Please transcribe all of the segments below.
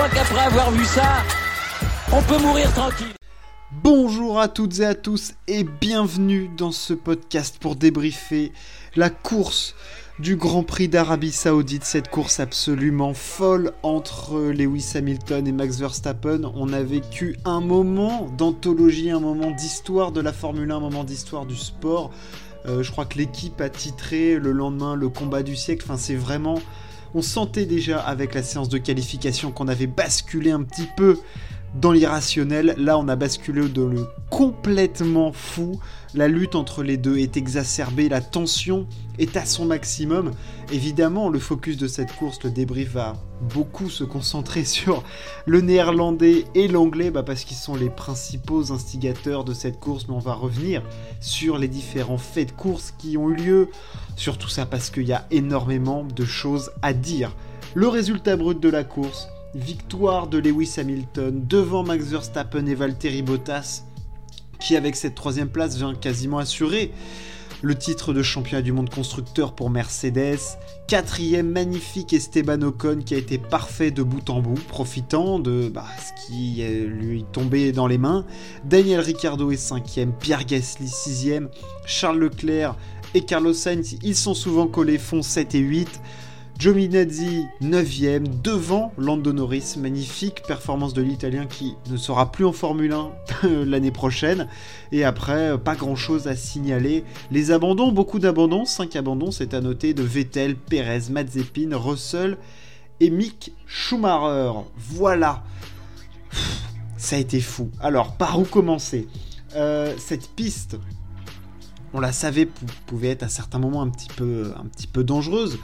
crois qu'après avoir vu ça, on peut mourir tranquille. Bonjour à toutes et à tous et bienvenue dans ce podcast pour débriefer la course du Grand Prix d'Arabie Saoudite, cette course absolument folle entre Lewis Hamilton et Max Verstappen. On a vécu un moment d'anthologie, un moment d'histoire de la Formule 1, un moment d'histoire du sport. Je crois que l'équipe a titré le lendemain le combat du siècle. Enfin, c'est vraiment... On sentait déjà avec la séance de qualification qu'on avait basculé un petit peu dans l'irrationnel. Là, on a basculé dans le complètement fou. La lutte entre les deux est exacerbée, la tension est à son maximum. Évidemment, le focus de cette course, le débrief va beaucoup se concentrer sur le néerlandais et l'anglais, parce qu'ils sont les principaux instigateurs de cette course, mais on va revenir sur les différents faits de course qui ont eu lieu. Surtout ça parce qu'il y a énormément de choses à dire. Le résultat brut de la course, victoire de Lewis Hamilton devant Max Verstappen et Valtteri Bottas, qui avec cette troisième place vient quasiment assurer le titre de championnat du monde constructeur pour Mercedes. Quatrième, magnifique Esteban Ocon qui a été parfait de bout en bout, profitant de ce qui lui tombait dans les mains. Daniel Ricciardo est cinquième, Pierre Gasly sixième, Charles Leclerc et Carlos Sainz, ils sont souvent collés, font 7 et 8. Giovinazzi 9ème, devant Lando Norris, magnifique performance de l'Italien qui ne sera plus en Formule 1 l'année prochaine. Et après, pas grand chose à signaler. Les abandons, beaucoup d'abandons, 5 abandons, c'est à noter, de Vettel, Perez, Mazepin, Russell et Mick Schumacher. Voilà, ça a été fou. Alors, par où commencer ? Cette piste, on la savait, pouvait être à certains moments un petit peu dangereuse.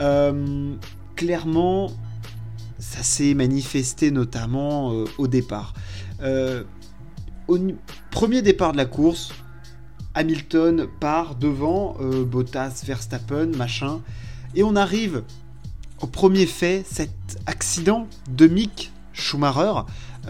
Clairement, ça s'est manifesté notamment au départ. Au premier départ de la course, Hamilton part devant Bottas, Verstappen, machin, et on arrive au premier fait, cet accident de Mick Schumacher.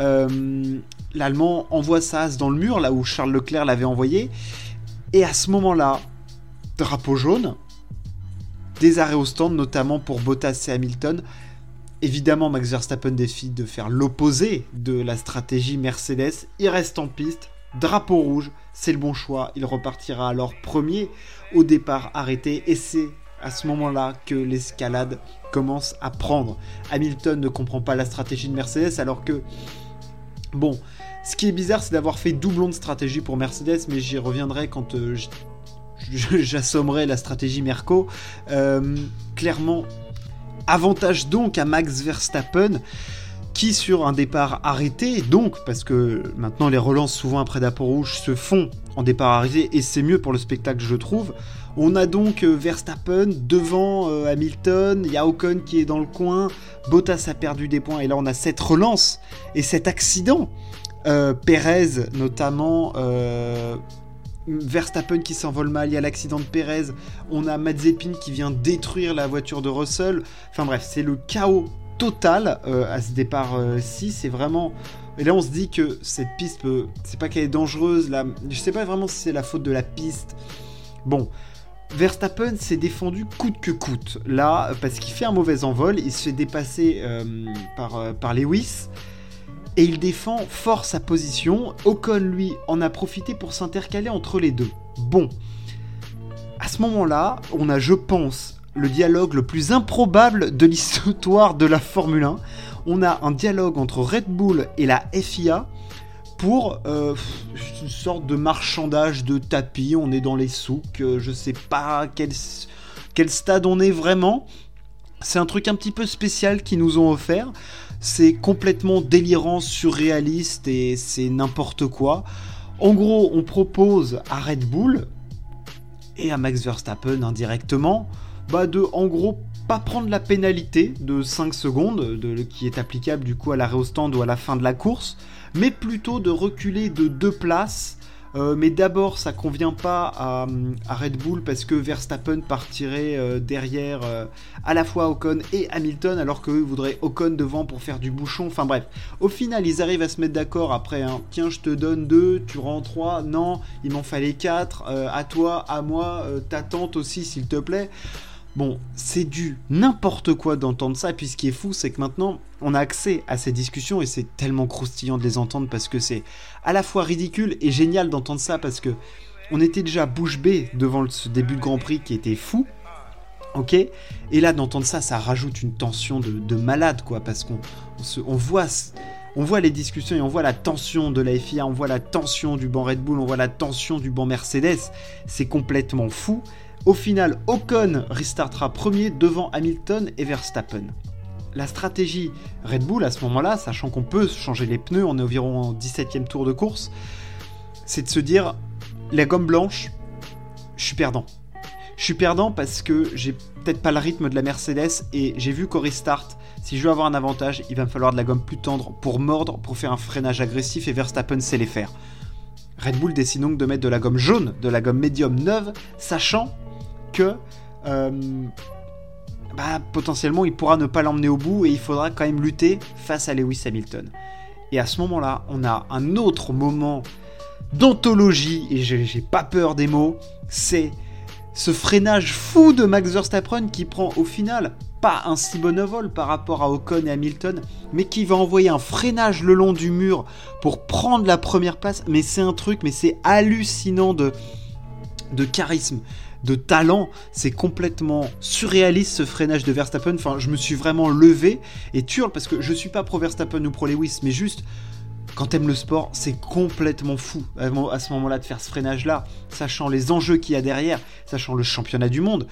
L'Allemand envoie sa Haas dans le mur, là où Charles Leclerc l'avait envoyé, et à ce moment-là, drapeau jaune. Des arrêts au stand, notamment pour Bottas et Hamilton. Évidemment, Max Verstappen décide de faire l'opposé de la stratégie Mercedes. Il reste en piste, drapeau rouge, c'est le bon choix. Il repartira alors premier au départ arrêté. Et c'est à ce moment-là que l'escalade commence à prendre. Hamilton ne comprend pas la stratégie de Mercedes, alors que... Bon, ce qui est bizarre, c'est d'avoir fait doublon de stratégie pour Mercedes, mais j'y reviendrai quand... j'assommerai la stratégie Merco. Clairement, avantage donc à Max Verstappen qui, sur un départ arrêté, donc parce que maintenant les relances souvent après drapeau rouge se font en départ arrêté et c'est mieux pour le spectacle, je trouve. On a donc Verstappen devant Hamilton, il y a Ocon qui est dans le coin, Bottas a perdu des points et là on a cette relance et cet accident. Perez notamment... Verstappen qui s'envole mal, il y a l'accident de Perez, on a Mazepin qui vient détruire la voiture de Russell. Enfin bref, c'est le chaos total à ce départ-ci. C'est vraiment... Et là on se dit que cette piste c'est pas qu'elle est dangereuse, là, je sais pas vraiment si c'est la faute de la piste. Bon, Verstappen s'est défendu coûte que coûte là, parce qu'il fait un mauvais envol, il se fait dépasser par Lewis. Et il défend fort sa position. Ocon, lui, en a profité pour s'intercaler entre les deux. Bon, à ce moment-là, on a, je pense, le dialogue le plus improbable de l'histoire de la Formule 1. On a un dialogue entre Red Bull et la FIA pour une sorte de marchandage de tapis. On est dans les souks, je sais pas quel stade on est vraiment. C'est un truc un petit peu spécial qu'ils nous ont offert. C'est complètement délirant, surréaliste et c'est n'importe quoi. En gros, on propose à Red Bull et à Max Verstappen indirectement de, en gros, pas prendre la pénalité de 5 secondes qui est applicable du coup à l'arrêt au stand ou à la fin de la course, mais plutôt de reculer de 2 places. Mais d'abord, ça convient pas à Red Bull parce que Verstappen partirait derrière à la fois Ocon et Hamilton, alors qu'eux voudraient Ocon devant pour faire du bouchon. Enfin bref, au final, ils arrivent à se mettre d'accord après. Tiens, je te donne 2, tu rends 3. Non, il m'en fallait 4. À toi, à moi, ta tante aussi, s'il te plaît. Bon, c'est du n'importe quoi d'entendre ça, et puis ce qui est fou, c'est que maintenant, on a accès à ces discussions, et c'est tellement croustillant de les entendre, parce que c'est à la fois ridicule et génial d'entendre ça, parce que on était déjà bouche bée devant ce début de Grand Prix qui était fou, ok, et là d'entendre ça, ça rajoute une tension de malade, quoi, parce qu'on voit les discussions et on voit la tension de la FIA, on voit la tension du banc Red Bull, on voit la tension du banc Mercedes, c'est complètement fou. Au final, Ocon restartera premier devant Hamilton et Verstappen. La stratégie Red Bull à ce moment-là, sachant qu'on peut changer les pneus, on est environ en 17e tour de course, c'est de se dire, la gomme blanche, je suis perdant. Je suis perdant parce que j'ai peut-être pas le rythme de la Mercedes et j'ai vu qu'au restart, si je veux avoir un avantage, il va me falloir de la gomme plus tendre pour mordre, pour faire un freinage agressif et Verstappen sait les faire. Red Bull décide donc de mettre de la gomme jaune, de la gomme médium neuve, sachant que potentiellement il pourra ne pas l'emmener au bout et il faudra quand même lutter face à Lewis Hamilton. Et à ce moment-là, on a un autre moment d'anthologie, et j'ai pas peur des mots, c'est ce freinage fou de Max Verstappen qui prend au final pas un si bon vol par rapport à Ocon et Hamilton, mais qui va envoyer un freinage le long du mur pour prendre la première place. Mais c'est un truc, mais c'est hallucinant de charisme, de talent. C'est complètement surréaliste ce freinage de Verstappen. Enfin, je me suis vraiment levé et turle parce que je suis pas pro Verstappen ou pro Lewis, mais juste quand t'aimes le sport, c'est complètement fou à ce moment-là de faire ce freinage-là, sachant les enjeux qu'il y a derrière, sachant le championnat du monde.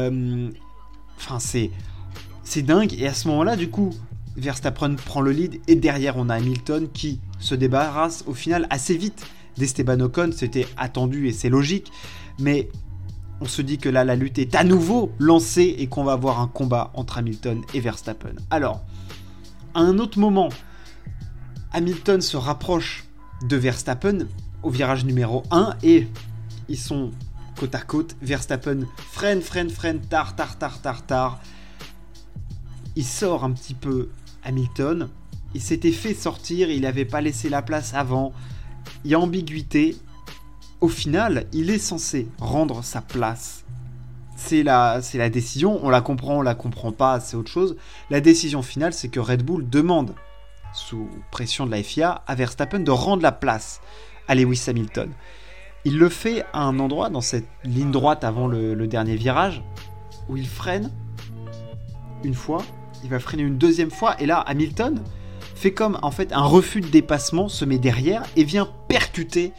Enfin, c'est dingue. Et à ce moment-là, du coup, Verstappen prend le lead et derrière, on a Hamilton qui se débarrasse au final assez vite d'Esteban Ocon. C'était attendu et c'est logique. Mais on se dit que là, la lutte est à nouveau lancée et qu'on va avoir un combat entre Hamilton et Verstappen. Alors, à un autre moment, Hamilton se rapproche de Verstappen au virage numéro 1 et ils sont côte à côte. Verstappen freine, tard. Il sort un petit peu Hamilton. Il s'était fait sortir, il n'avait pas laissé la place avant. Il y a ambiguïté. Au final, il est censé rendre sa place. C'est la décision, on la comprend pas, c'est autre chose. La décision finale, c'est que Red Bull demande, sous pression de la FIA, à Verstappen de rendre la place à Lewis Hamilton. Il le fait à un endroit, dans cette ligne droite avant le dernier virage, où il freine une fois, il va freiner une deuxième fois, et là, Hamilton fait comme en fait un refus de dépassement, se met derrière et vient percuter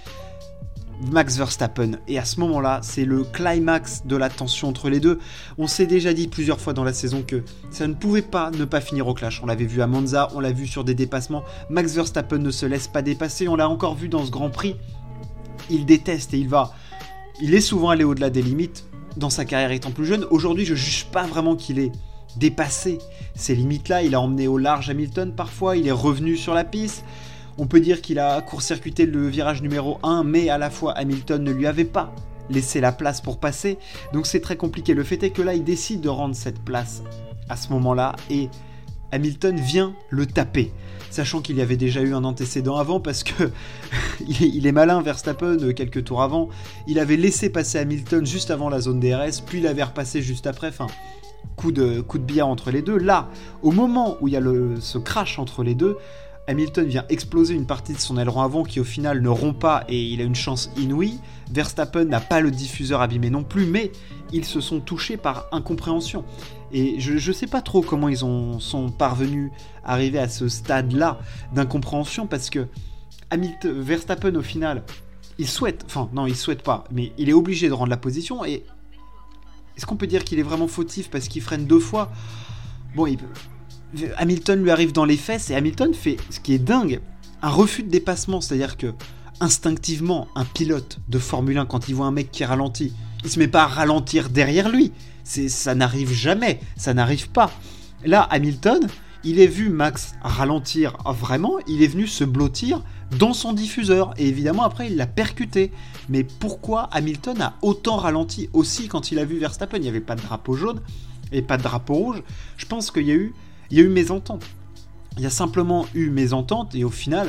Max Verstappen. Et à ce moment-là, c'est le climax de la tension entre les deux. On s'est déjà dit plusieurs fois dans la saison que ça ne pouvait pas ne pas finir au clash. On l'avait vu à Monza, on l'a vu sur des dépassements. Max Verstappen ne se laisse pas dépasser. On l'a encore vu dans ce Grand Prix. Il déteste et il est souvent allé au-delà des limites dans sa carrière étant plus jeune. Aujourd'hui, je juge pas vraiment qu'il ait dépassé ces limites-là. Il a emmené au large Hamilton parfois. Il est revenu sur la piste. On peut dire qu'il a court-circuité le virage numéro 1, mais à la fois Hamilton ne lui avait pas laissé la place pour passer. Donc c'est très compliqué. Le fait est que là, il décide de rendre cette place à ce moment-là et Hamilton vient le taper. Sachant qu'il y avait déjà eu un antécédent avant parce que il est malin, Verstappen, quelques tours avant. Il avait laissé passer Hamilton juste avant la zone DRS, puis il avait repassé juste après. Enfin, coup de billard entre les deux. Là, au moment où il y a ce crash entre les deux, Hamilton vient exploser une partie de son aileron avant qui au final ne rompt pas et il a une chance inouïe. Verstappen n'a pas le diffuseur abîmé non plus, mais ils se sont touchés par incompréhension. Et je sais pas trop comment ils sont parvenus à arriver à ce stade-là d'incompréhension parce que Verstappen au final, il souhaite pas, mais il est obligé de rendre la position et est-ce qu'on peut dire qu'il est vraiment fautif parce qu'il freine 2 fois ? Bon, Hamilton lui arrive dans les fesses et Hamilton fait, ce qui est dingue, un refus de dépassement, c'est-à-dire que instinctivement, un pilote de Formule 1, quand il voit un mec qui ralentit, il se met pas à ralentir derrière lui, ça n'arrive jamais, ça n'arrive pas. Là, Hamilton, il a vu Max ralentir vraiment, il est venu se blottir dans son diffuseur et évidemment après il l'a percuté. Mais pourquoi Hamilton a autant ralenti aussi quand il a vu Verstappen ? Il n'y avait pas de drapeau jaune et pas de drapeau rouge. Je pense qu'il y a eu mésentente. Il y a simplement eu mésentente et au final,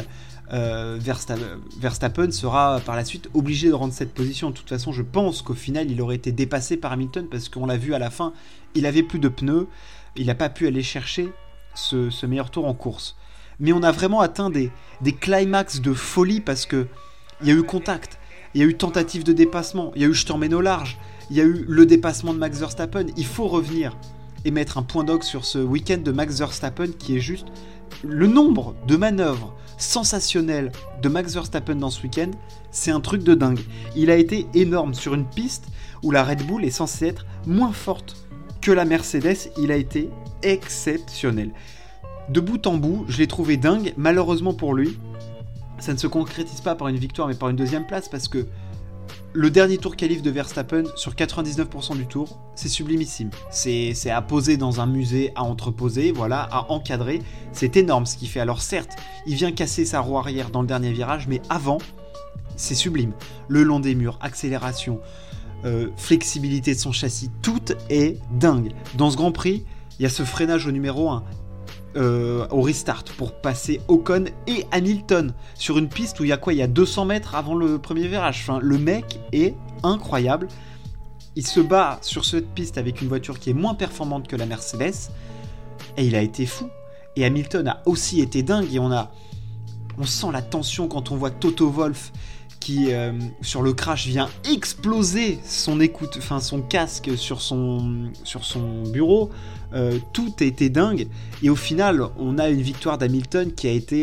Verstappen sera par la suite obligé de rendre cette position. De toute façon, je pense qu'au final, il aurait été dépassé par Hamilton parce qu'on l'a vu à la fin, il avait plus de pneus, il n'a pas pu aller chercher ce meilleur tour en course. Mais on a vraiment atteint des climax de folie parce que il y a eu contact, il y a eu tentative de dépassement, il y a eu je t'emmène au large, il y a eu le dépassement de Max Verstappen. Il faut revenir et mettre un point d'orgue sur ce week-end de Max Verstappen qui est juste le nombre de manœuvres sensationnelles de Max Verstappen dans ce week-end, c'est un truc de dingue. Il a été énorme sur une piste où la Red Bull est censée être moins forte que la Mercedes. Il a été exceptionnel. De bout en bout, je l'ai trouvé dingue. Malheureusement pour lui, ça ne se concrétise pas par une victoire mais par une deuxième place parce que le dernier tour qualif de Verstappen sur 99% du tour, c'est sublimissime. C'est à poser dans un musée, à entreposer, voilà, à encadrer. C'est énorme ce qu'il fait. Alors certes, il vient casser sa roue arrière dans le dernier virage, mais avant, c'est sublime. Le long des murs, accélération, flexibilité de son châssis, tout est dingue. Dans ce Grand Prix, il y a ce freinage au numéro 1. Au restart pour passer Ocon et Hamilton sur une piste où il y a quoi ? Il y a 200 mètres avant le premier virage. Enfin, le mec est incroyable. Il se bat sur cette piste avec une voiture qui est moins performante que la Mercedes et il a été fou. Et Hamilton a aussi été dingue et on sent la tension quand on voit Toto Wolff qui sur le crash vient exploser son casque sur son bureau. Tout a été dingue et au final on a une victoire d'Hamilton qui a été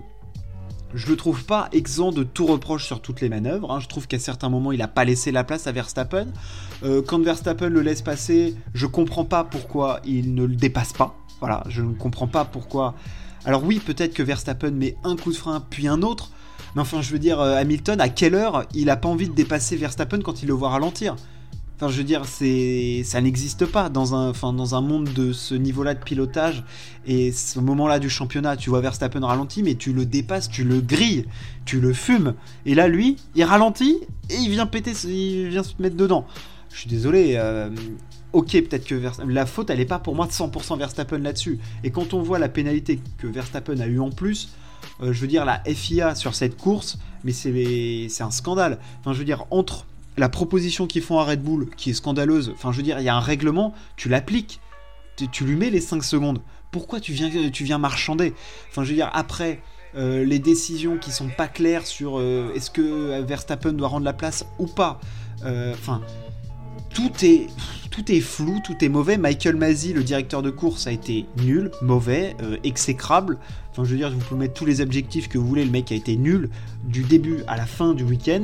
je le trouve pas exempt de tout reproche sur toutes les manœuvres, hein. Je trouve qu'à certains moments il a pas laissé la place à Verstappen, quand Verstappen le laisse passer je comprends pas pourquoi il ne le dépasse pas, voilà, je ne comprends pas pourquoi. Alors oui, peut-être que Verstappen met un coup de frein puis un autre, mais enfin je veux dire, Hamilton, à quelle heure il a pas envie de dépasser Verstappen quand il le voit ralentir ? Enfin, je veux dire, ça n'existe pas dans un monde de ce niveau-là de pilotage. Et ce moment-là du championnat, tu vois Verstappen ralenti, mais tu le dépasses, tu le grilles, tu le fumes. Et là, lui, il ralentit et il vient se mettre dedans. Je suis désolé. Ok, peut-être que la faute, elle n'est pas pour moi de 100% Verstappen là-dessus. Et quand on voit la pénalité que Verstappen a eue en plus, je veux dire, la FIA sur cette course, mais c'est un scandale. Enfin, je veux dire, entre la proposition qu'ils font à Red Bull, qui est scandaleuse, enfin je veux dire, il y a un règlement, tu l'appliques, tu lui mets les 5 secondes. Pourquoi tu viens marchander ? Enfin je veux dire, après, les décisions qui sont pas claires sur est-ce que Verstappen doit rendre la place ou pas, enfin tout est flou, tout est mauvais. Michael Masi, le directeur de course, a été nul, mauvais, exécrable. Enfin je veux dire, vous pouvez mettre tous les adjectifs que vous voulez, le mec a été nul du début à la fin du week-end.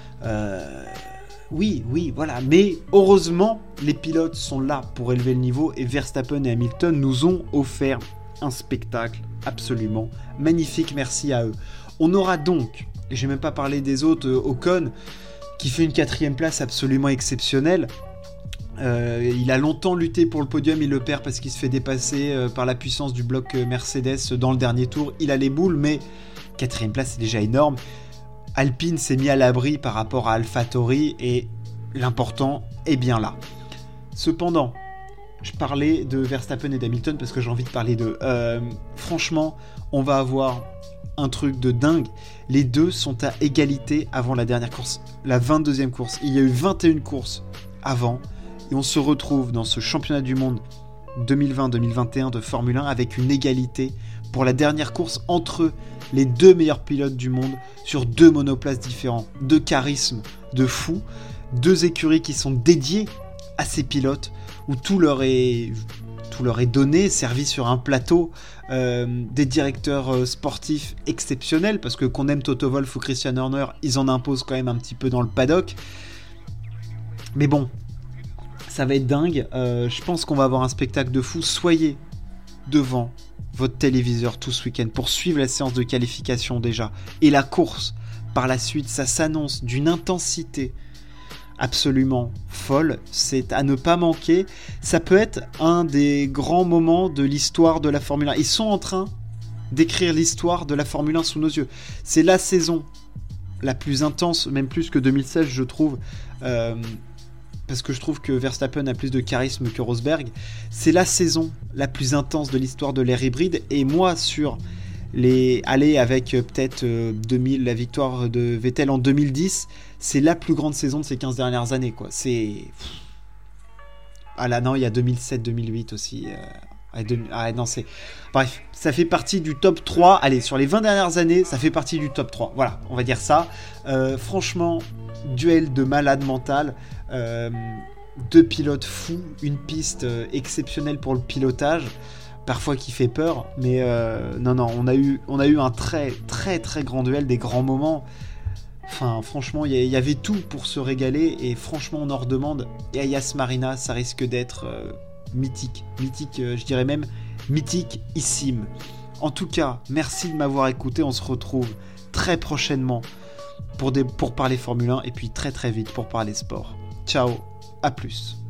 Oui, voilà. Mais heureusement, les pilotes sont là pour élever le niveau et Verstappen et Hamilton nous ont offert un spectacle absolument magnifique. Merci à eux. On aura donc, et j'ai même pas parlé des autres, Ocon, qui fait une 4e place absolument exceptionnelle. Il a longtemps lutté pour le podium, il le perd parce qu'il se fait dépasser par la puissance du bloc Mercedes dans le dernier tour. Il a les boules, mais 4e place, c'est déjà énorme. Alpine s'est mis à l'abri par rapport à AlphaTauri et l'important est bien là. Cependant, je parlais de Verstappen et d'Hamilton parce que j'ai envie de parler d'eux. Franchement, on va avoir un truc de dingue. Les deux sont à égalité avant la dernière course, la 22e course. Il y a eu 21 courses avant et on se retrouve dans ce championnat du monde 2020-2021 de Formule 1 avec une égalité pour la dernière course entre les deux meilleurs pilotes du monde sur 2 monoplaces différents, 2 charismes de fou, 2 écuries qui sont dédiées à ces pilotes où tout leur est donné, servi sur un plateau, des directeurs sportifs exceptionnels parce que qu'on aime Toto Wolff ou Christian Horner, ils en imposent quand même un petit peu dans le paddock. Mais bon, ça va être dingue. Je pense qu'on va avoir un spectacle de fou. Soyez devant votre téléviseur tout ce week-end pour suivre la séance de qualification déjà et la course par la suite. Ça s'annonce d'une intensité absolument folle, c'est à ne pas manquer. Ça peut être un des grands moments de l'histoire de la Formule 1. Ils sont en train d'écrire l'histoire de la Formule 1 sous nos yeux. C'est la saison la plus intense, même plus que 2016 je trouve, parce que je trouve que Verstappen a plus de charisme que Rosberg. C'est la saison la plus intense de l'histoire de l'ère hybride, et moi sur aller avec peut-être 2000, la victoire de Vettel en 2010, c'est la plus grande saison de ces 15 dernières années, quoi. C'est... Ah là, non, il y a 2007-2008 aussi. Non, c'est... Bref, ça fait partie du top 3. Allez, sur les 20 dernières années, ça fait partie du top 3. Voilà, on va dire ça. Franchement, duel de malade mental. Deux pilotes fous, une piste exceptionnelle pour le pilotage, parfois qui fait peur, mais non, on a eu un très très très grand duel, des grands moments. Enfin, franchement, il y avait tout pour se régaler, et franchement, on en redemande. Et à Yas Marina, ça risque d'être mythique, je dirais même mythique-issime. En tout cas, merci de m'avoir écouté. On se retrouve très prochainement pour parler Formule 1, et puis très très vite pour parler sport. Ciao, à plus.